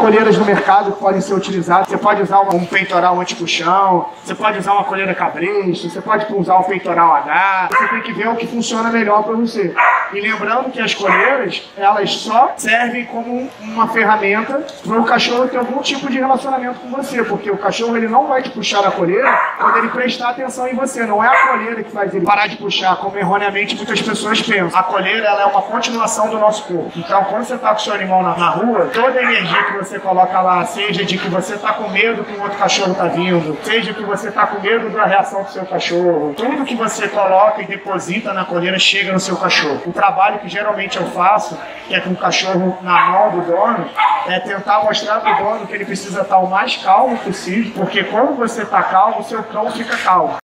coleiras no mercado que podem ser utilizadas. Você pode usar um peitoral anti-puxão, você pode usar uma coleira cabresto, você pode usar um peitoral H. Você tem que ver o que funciona melhor para você. E lembrando que as coleiras, elas só servem como uma ferramenta para o cachorro ter algum tipo de relacionamento com você, porque o cachorro ele não vai te puxar na coleira quando ele prestar atenção em você. Não é a coleira que faz ele parar de puxar, como erroneamente muitas pessoas pensam. A coleira ela é uma continuação do nosso corpo. Então, quando você está com o seu animal na rua, toda a energia que você coloca lá, seja de que você está com medo que um outro cachorro está vindo, seja que você está com medo da reação do seu cachorro, tudo que você coloca e deposita na coleira chega no seu cachorro. O trabalho que geralmente eu faço, que é com o cachorro na mão do dono, é tentar mostrar para o dono que ele precisa estar o mais calmo possível, porque quando você está calmo, o seu cão fica calmo.